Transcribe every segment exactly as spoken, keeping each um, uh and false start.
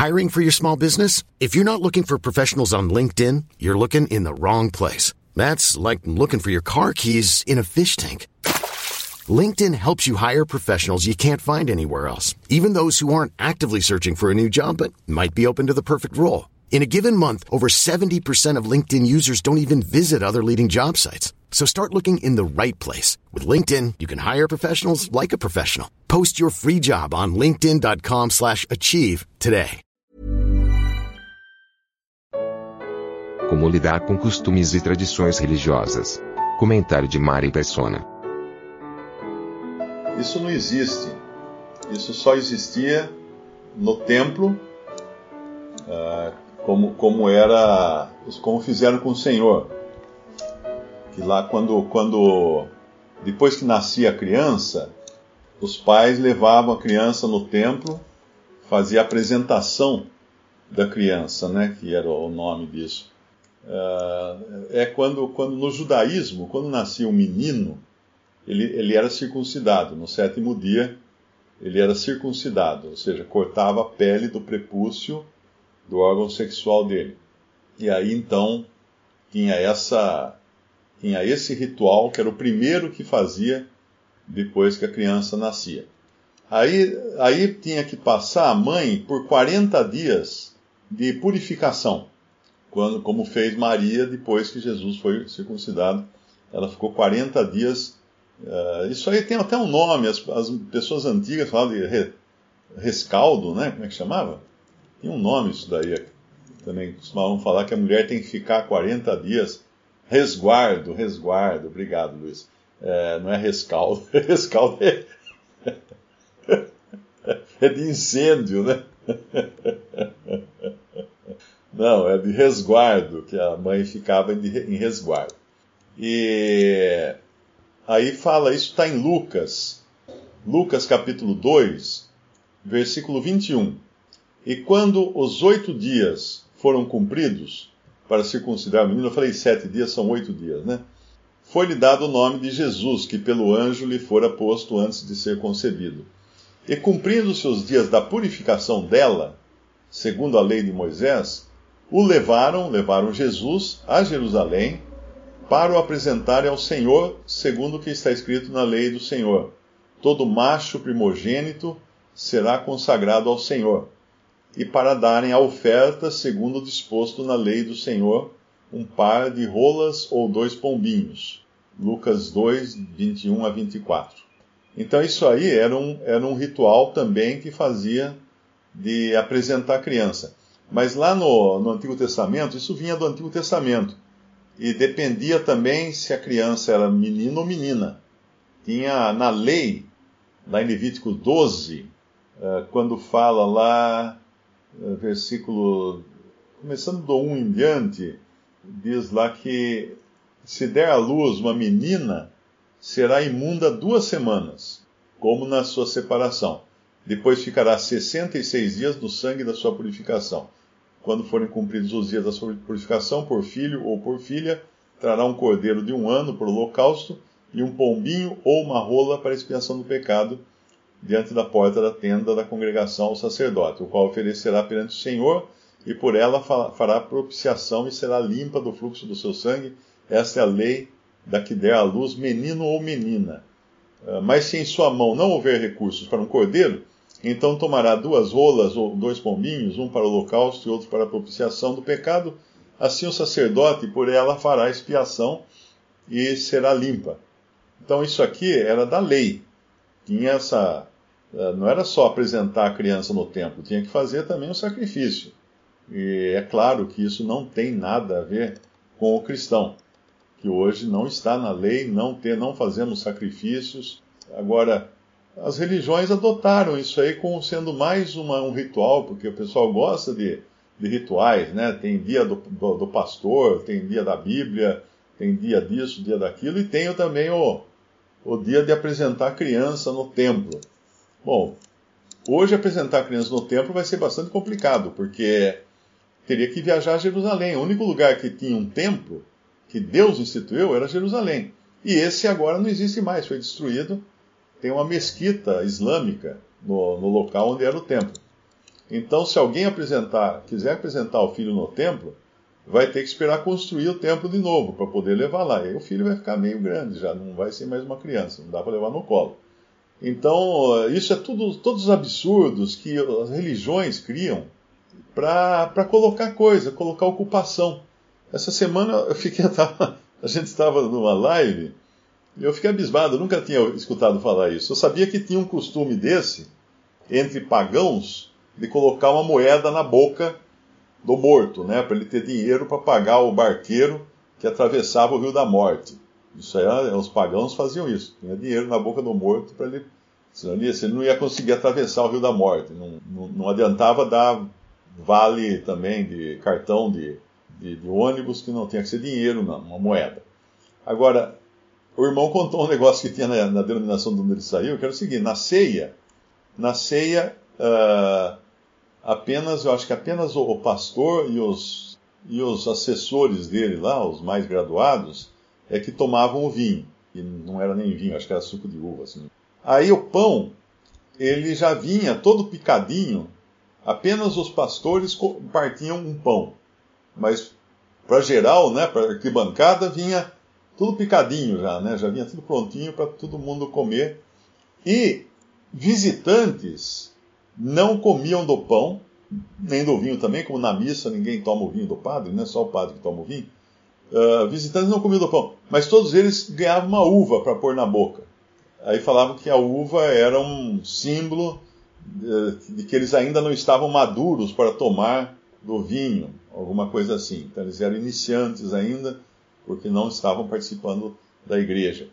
Hiring for your small business? If you're not looking for professionals on LinkedIn, you're looking in the wrong place. That's like looking for your car keys in a fish tank. LinkedIn helps you hire professionals you can't find anywhere else, even those who aren't actively searching for a new job but might be open to the perfect role. In a given month, over seventy percent of LinkedIn users don't even visit other leading job sites. So start looking in the right place. With LinkedIn, you can hire professionals like a professional. Post your free job on linkedin dot com slash achieve today. Como lidar com costumes e tradições religiosas. Comentário de Mari Persona. Isso não existe. Isso só existia no templo, uh, como, como era, como fizeram com o Senhor. Que lá quando, quando, depois que nascia a criança, os pais levavam a criança no templo, fazia a apresentação da criança, né, que era o nome disso. Uh, é quando, quando no judaísmo, quando nascia um menino, Ele, ele era circuncidado. No sétimo dia, ele era circuncidado, ou seja, cortava a pele do prepúcio do órgão sexual dele. E aí, então, tinha, essa, tinha esse ritual, que era o primeiro que fazia depois que a criança nascia. Aí, aí tinha que passar a mãe por quarenta dias de purificação, quando, como fez Maria depois que Jesus foi circuncidado. Ela ficou quarenta dias. Uh, isso aí tem até um nome, as, as pessoas antigas falavam de re, rescaldo, né? Como é que chamava? Tem um nome isso daí. Também costumavam falar que a mulher tem que ficar quarenta dias, resguardo, resguardo, obrigado, Luiz. É, não é rescaldo, rescaldo é, é de incêndio, né? Não, é de resguardo, que a mãe ficava em resguardo. E aí fala, isso está em Lucas, Lucas capítulo dois, versículo vinte e um. E quando os oito dias foram cumpridos para circuncidar o menino, eu falei sete dias, são oito dias, né? Foi-lhe dado o nome de Jesus, que pelo anjo lhe fora posto antes de ser concebido. E cumprindo-se os dias da purificação dela, segundo a lei de Moisés, o levaram, levaram Jesus a Jerusalém, para o apresentarem ao Senhor, segundo o que está escrito na lei do Senhor. Todo macho primogênito será consagrado ao Senhor, e para darem a oferta, segundo o disposto na lei do Senhor, um par de rolas ou dois pombinhos. Lucas dois, vinte e um a vinte e quatro. Então isso aí era um, era um ritual também que fazia de apresentar a criança. Mas lá no, no Antigo Testamento, isso vinha do Antigo Testamento. E dependia também se a criança era menino ou menina. Tinha na lei, lá em Levítico doze, quando fala lá, versículo, começando do um em diante, diz lá que se der à luz uma menina, será imunda duas semanas, como na sua separação. Depois ficará sessenta e seis dias no sangue da sua purificação. Quando forem cumpridos os dias da sua purificação, por filho ou por filha, trará um cordeiro de um ano por holocausto, e um pombinho ou uma rola para expiação do pecado, diante da porta da tenda da congregação ao sacerdote, o qual oferecerá perante o Senhor, e por ela fará propiciação e será limpa do fluxo do seu sangue. Esta é a lei da que der à luz menino ou menina. Mas se em sua mão não houver recursos para um cordeiro, então tomará duas rolas ou dois pombinhos, um para o holocausto e outro para a propiciação do pecado. Assim o sacerdote por ela fará expiação e será limpa. Então isso aqui era da lei. Tinha essa, não era só apresentar a criança no templo, tinha que fazer também um sacrifício. E é claro que isso não tem nada a ver com o cristão, que hoje não está na lei, não, ter, não fazemos sacrifícios. Agora, as religiões adotaram isso aí como sendo mais uma, um ritual, porque o pessoal gosta de, de rituais, né? Tem dia do, do, do pastor, tem dia da Bíblia, tem dia disso, dia daquilo, e tem também o, o dia de apresentar a criança no templo. Bom, hoje apresentar a criança no templo vai ser bastante complicado, porque teria que viajar a Jerusalém. O único lugar que tinha um templo, que Deus instituiu, era Jerusalém. E esse agora não existe mais, foi destruído. Tem uma mesquita islâmica no, no local onde era o templo. Então, se alguém apresentar, quiser apresentar o filho no templo, vai ter que esperar construir o templo de novo para poder levar lá. E aí o filho vai ficar meio grande já, não vai ser mais uma criança, não dá para levar no colo. Então, isso é tudo, todos os absurdos que as religiões criam para colocar coisa, colocar ocupação. Essa semana eu fiquei, tava, a gente estava numa live e eu fiquei abismado, eu nunca tinha escutado falar isso. Eu sabia que tinha um costume desse, entre pagãos, de colocar uma moeda na boca do morto, né, para ele ter dinheiro para pagar o barqueiro que atravessava o Rio da Morte. Isso aí, os pagãos faziam isso, tinha dinheiro na boca do morto para ele, senão ele, ele não ia conseguir atravessar o Rio da Morte. Não, não, não adiantava dar vale também de cartão de, de, de ônibus, que não tinha que ser dinheiro, não, uma moeda. Agora, o irmão contou um negócio que tinha na, na denominação de onde ele saiu, que era o seguinte: na ceia, na ceia, uh, apenas, eu acho que apenas o, o pastor e os, e os assessores dele lá, os mais graduados, é que tomavam o vinho. E não era nem vinho, acho que era suco de uva. Assim. Aí o pão, ele já vinha todo picadinho, apenas os pastores partiam um pão. Mas para geral, né, para arquibancada, vinha tudo picadinho já, né, já vinha tudo prontinho para todo mundo comer. E visitantes não comiam do pão, nem do vinho também, como na missa ninguém toma o vinho do padre, não é só o padre que toma o vinho. Uh, visitantes não comiam do pão, mas todos eles ganhavam uma uva para pôr na boca. Aí falavam que a uva era um símbolo de, de que eles ainda não estavam maduros para tomar do vinho, alguma coisa assim. Então eles eram iniciantes ainda, porque não estavam participando da igreja.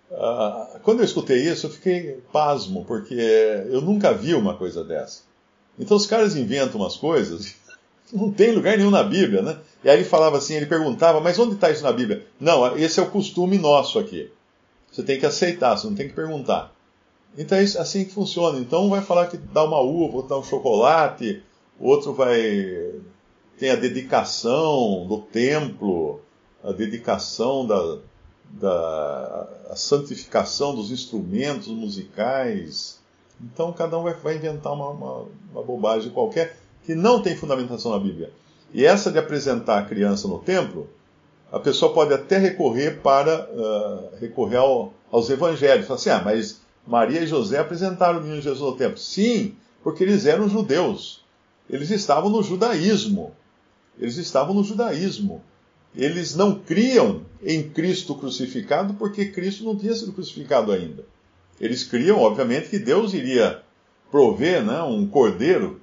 Uh, quando eu escutei isso, eu fiquei pasmo, porque eu nunca vi uma coisa dessa. Então os caras inventam umas coisas que não tem lugar nenhum na Bíblia, né? E aí ele falava assim, ele perguntava, mas onde está isso na Bíblia? Não, esse é o costume nosso aqui. Você tem que aceitar, você não tem que perguntar. Então é assim que funciona. Então um vai falar que dá uma uva, outro dá um chocolate, outro vai... tem a dedicação do templo, a dedicação da... da a santificação dos instrumentos musicais. Então cada um vai, vai inventar uma, uma, uma bobagem qualquer que não tem fundamentação na Bíblia. E essa de apresentar a criança no templo, a pessoa pode até recorrer para uh, recorrer ao, aos evangelhos. Falar assim, ah, mas Maria e José apresentaram o menino Jesus no templo. Sim, porque eles eram judeus. Eles estavam no judaísmo. Eles estavam no judaísmo. Eles não criam em Cristo crucificado porque Cristo não tinha sido crucificado ainda. Eles criam, obviamente, que Deus iria prover, né, um cordeiro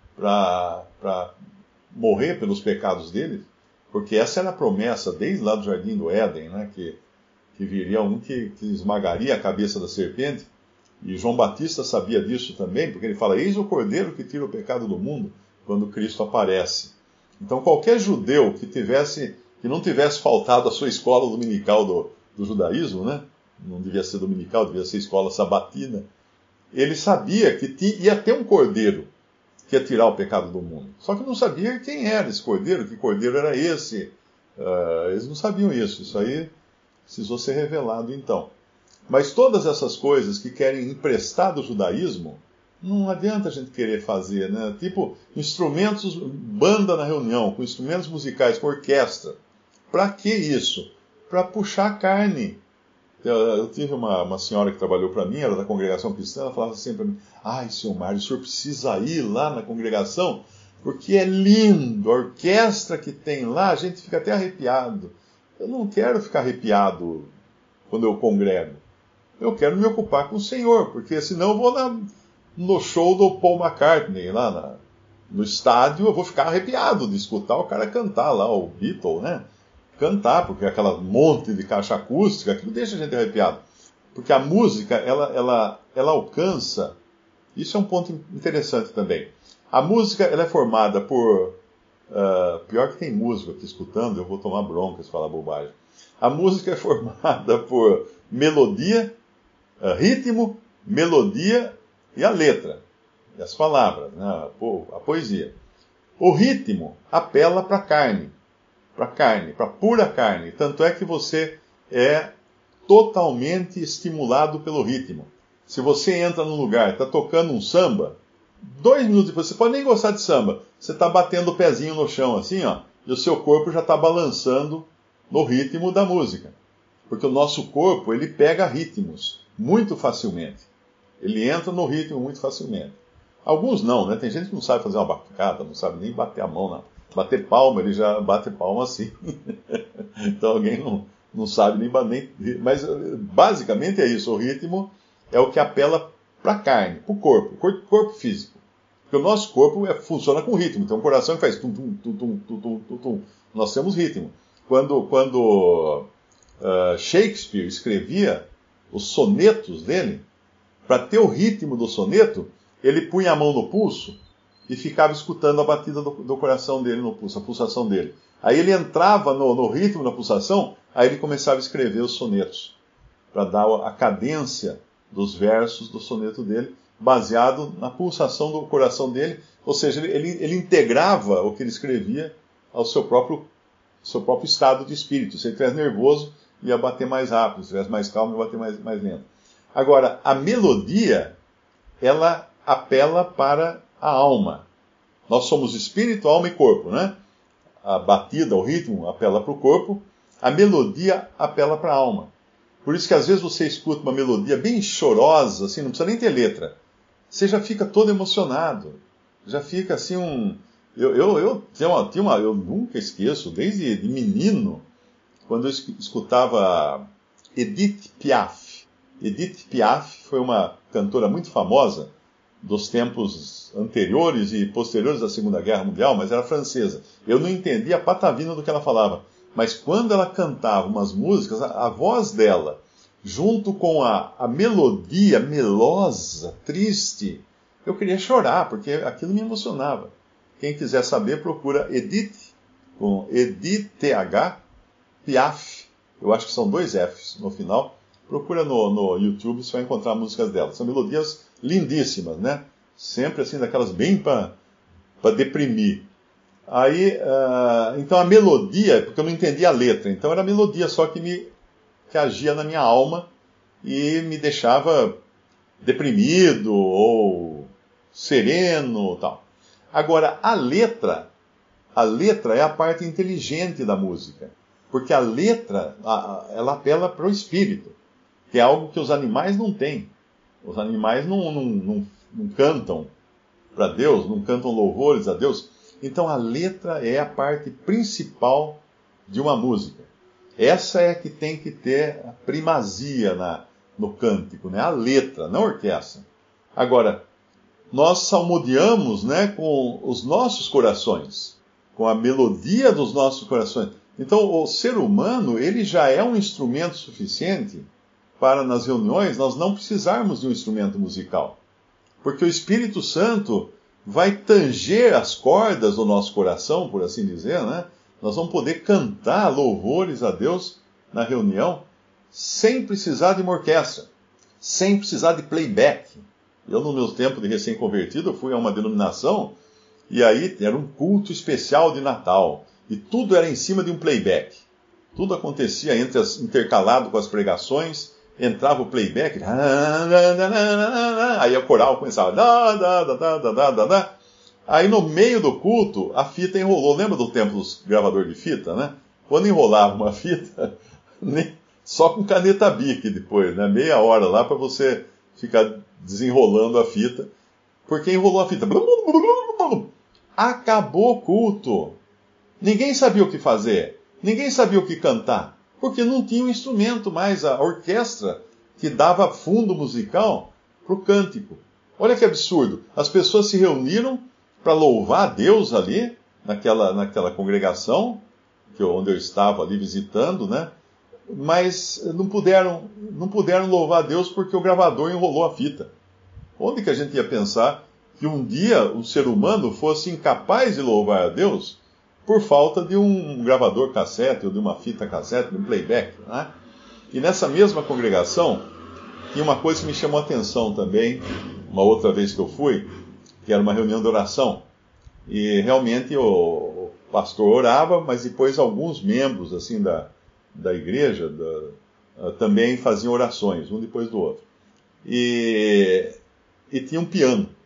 para morrer pelos pecados deles, porque essa era a promessa desde lá do Jardim do Éden, né, que, que viria um que, que esmagaria a cabeça da serpente. E João Batista sabia disso também, porque ele fala, eis o cordeiro que tira o pecado do mundo, quando Cristo aparece. Então qualquer judeu que tivesse... que não tivesse faltado a sua escola dominical do, do judaísmo, né? Não devia ser dominical, devia ser escola sabatina, ele sabia que tinha, ia ter um cordeiro que ia tirar o pecado do mundo. Só que não sabia quem era esse cordeiro, que cordeiro era esse. Uh, eles não sabiam isso, isso aí precisou ser revelado então. Mas todas essas coisas que querem emprestar do judaísmo, não adianta a gente querer fazer, né? Tipo, instrumentos, banda na reunião, com instrumentos musicais, com orquestra. Para que isso? Para puxar a carne. Eu, eu tive uma, uma senhora que trabalhou para mim, era da congregação cristã, ela falava sempre para mim, ai, senhor Mário, o senhor precisa ir lá na congregação, porque é lindo, a orquestra que tem lá, a gente fica até arrepiado. Eu não quero ficar arrepiado quando eu congrego. Eu quero me ocupar com o Senhor, porque senão eu vou na, no show do Paul McCartney, lá na, no estádio, eu vou ficar arrepiado de escutar o cara cantar lá, o Beatle, né? Cantar, porque aquela monte de caixa acústica, aquilo deixa a gente arrepiado. Porque a música, ela, ela, ela alcança, isso é um ponto interessante também. A música, ela é formada por, uh, pior que tem músico aqui escutando, eu vou tomar bronca se falar bobagem. A música é formada por melodia, uh, ritmo, melodia e a letra, e as palavras, né? a, po- a poesia. O ritmo apela para a carne. Para carne, para pura carne. Tanto é que você é totalmente estimulado pelo ritmo. Se você entra num lugar, está tocando um samba, Dois minutos depois, você pode nem gostar de samba, você está batendo o pezinho no chão assim, ó, e o seu corpo já está balançando no ritmo da música. Porque o nosso corpo, ele pega ritmos muito facilmente. Ele entra no ritmo muito facilmente. Alguns não, né? Tem gente que não sabe fazer uma batucada, não sabe nem bater a mão, não. Bater palma, ele já bate palma assim. Então alguém não, não sabe nem, nem... Mas basicamente é isso, o ritmo é o que apela para a carne, para o corpo, corpo, corpo físico. Porque o nosso corpo é, funciona com ritmo. Então o coração faz tum, tum, tum, tum, tum, tum, tum, tum. Nós temos ritmo. Quando, quando uh, Shakespeare escrevia os sonetos dele, para ter o ritmo do soneto, ele punha a mão no pulso e ficava escutando a batida do, do coração dele no pulso, a pulsação dele. Aí ele entrava no, no ritmo da pulsação, aí ele começava a escrever os sonetos, para dar a cadência dos versos do soneto dele, baseado na pulsação do coração dele, ou seja, ele, ele, ele integrava o que ele escrevia ao seu próprio, seu próprio estado de espírito. Se ele estivesse nervoso, ia bater mais rápido, se estivesse mais calmo, ia bater mais, mais lento. Agora, a melodia, ela apela para a alma. Nós somos espírito, alma e corpo, né? A batida, o ritmo apela para o corpo, a melodia apela para a alma. Por isso que às vezes você escuta uma melodia bem chorosa, assim, não precisa nem ter letra. Você já fica todo emocionado. Já fica assim um... Eu, eu, eu, tinha uma, tinha uma, eu nunca esqueço, desde de menino, quando eu escutava Edith Piaf. Edith Piaf foi uma cantora muito famosa dos tempos anteriores e posteriores à Segunda Guerra Mundial, mas era francesa. Eu não entendia a patavina do que ela falava. Mas quando ela cantava umas músicas, a, a voz dela, junto com a, a melodia melosa, triste, eu queria chorar, porque aquilo me emocionava. Quem quiser saber, procura Edith, com Edith T H, Piaf, eu acho que são dois Fs no final. Procura no, no YouTube, você vai encontrar músicas dela. São melodias lindíssimas, né? Sempre assim, daquelas bem para deprimir. Aí, uh, então a melodia, porque eu não entendia a letra, então era a melodia só que me que agia na minha alma e me deixava deprimido ou sereno, tal. Agora, a letra, a letra é a parte inteligente da música, porque a letra, a, ela apela para o espírito, que é algo que os animais não têm. Os animais não, não, não, não cantam para Deus, não cantam louvores a Deus. Então a letra é a parte principal de uma música. Essa é a que tem que ter a primazia na, no cântico, né? A letra, não a orquestra. Agora, nós salmodiamos, né, com os nossos corações, com a melodia dos nossos corações. Então o ser humano, ele já é um instrumento suficiente para nas reuniões nós não precisarmos de um instrumento musical. Porque o Espírito Santo vai tanger as cordas do nosso coração, por assim dizer, né? Nós vamos poder cantar louvores a Deus na reunião sem precisar de uma orquestra, sem precisar de playback. Eu, no meu tempo de recém-convertido, fui a uma denominação e aí era um culto especial de Natal e tudo era em cima de um playback. Tudo acontecia entre as, intercalado com as pregações, entrava o playback, aí a coral começava, aí no meio do culto a fita enrolou. Lembra do tempo dos gravadores de fita, né? Quando enrolava uma fita, só com caneta Bic depois, né? Meia hora lá para você ficar desenrolando a fita, porque enrolou a fita. Acabou o culto. Ninguém sabia o que fazer, ninguém sabia o que cantar. Porque não tinha um instrumento mais, a orquestra que dava fundo musical para o cântico. Olha que absurdo. As pessoas se reuniram para louvar a Deus ali, naquela, naquela congregação, que eu, onde eu estava ali visitando, né? Mas não puderam, não puderam louvar a Deus porque o gravador enrolou a fita. Onde que a gente ia pensar que um dia o ser humano fosse incapaz de louvar a Deus por falta de um gravador cassete, ou de uma fita cassete, de um playback, né? E nessa mesma congregação, tinha uma coisa que me chamou a atenção também, uma outra vez que eu fui, que era uma reunião de oração. E realmente o, o pastor orava, mas depois alguns membros assim, da, da igreja da, também faziam orações, um depois do outro. E, e tinha um piano.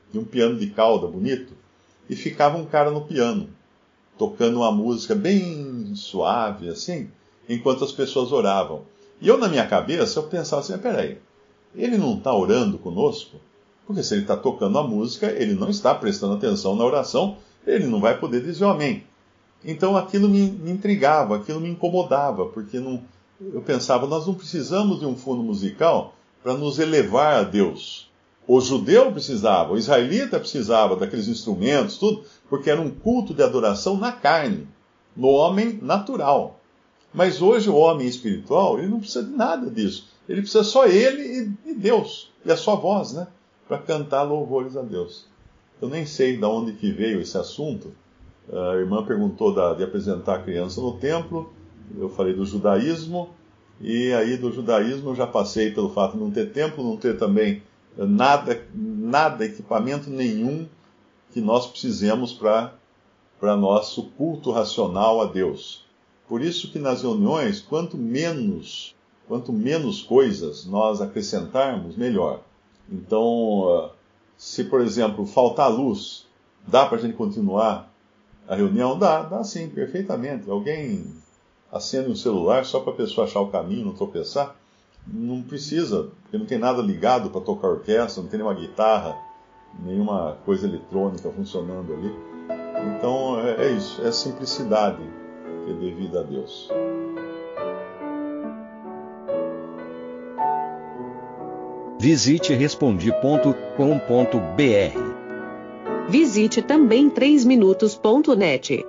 de um piano de cauda bonito, e ficava um cara no piano, tocando uma música bem suave, assim, enquanto as pessoas oravam. E eu, na minha cabeça, eu pensava assim, peraí, ele não está orando conosco? Porque se ele está tocando a música, ele não está prestando atenção na oração, ele não vai poder dizer o amém. Então aquilo me, me intrigava, aquilo me incomodava, porque não, eu pensava, nós não precisamos de um fundo musical para nos elevar a Deus. O judeu precisava, o israelita precisava daqueles instrumentos, tudo, porque era um culto de adoração na carne, no homem natural. Mas hoje o homem espiritual, ele não precisa de nada disso. Ele precisa só ele e Deus, e a sua voz, né? Para cantar louvores a Deus. Eu nem sei de onde que veio esse assunto. A irmã perguntou da, de apresentar a criança no templo, eu falei do judaísmo, e aí do judaísmo eu já passei pelo fato de não ter templo, não ter também nada, nada, equipamento nenhum que nós precisemos para para nosso culto racional a Deus. Por isso que nas reuniões, quanto menos, quanto menos coisas nós acrescentarmos, melhor. Então, se por exemplo faltar luz, dá para a gente continuar a reunião? Dá, dá sim, perfeitamente. Alguém acende um celular só para a pessoa achar o caminho, não tropeçar? Não precisa, porque não tem nada ligado para tocar orquestra, não tem nenhuma guitarra, nenhuma coisa eletrônica funcionando ali. Então é, é isso, é a simplicidade que é devida a Deus. Visite respondi ponto com ponto b r. Visite também três minutos ponto net.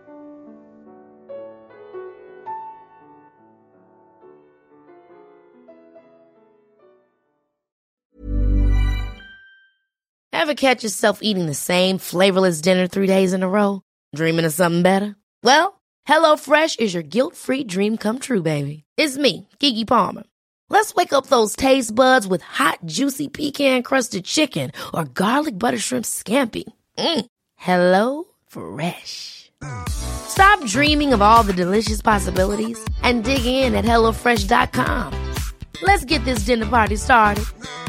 Ever catch yourself eating the same flavorless dinner three days in a row? Dreaming of something better? Well, HelloFresh is your guilt-free dream come true, baby. It's me, Keke Palmer. Let's wake up those taste buds with hot, juicy pecan-crusted chicken or garlic butter shrimp scampi. Mm. Hello Fresh. Stop dreaming of all the delicious possibilities and dig in at hello fresh dot com. Let's get this dinner party started.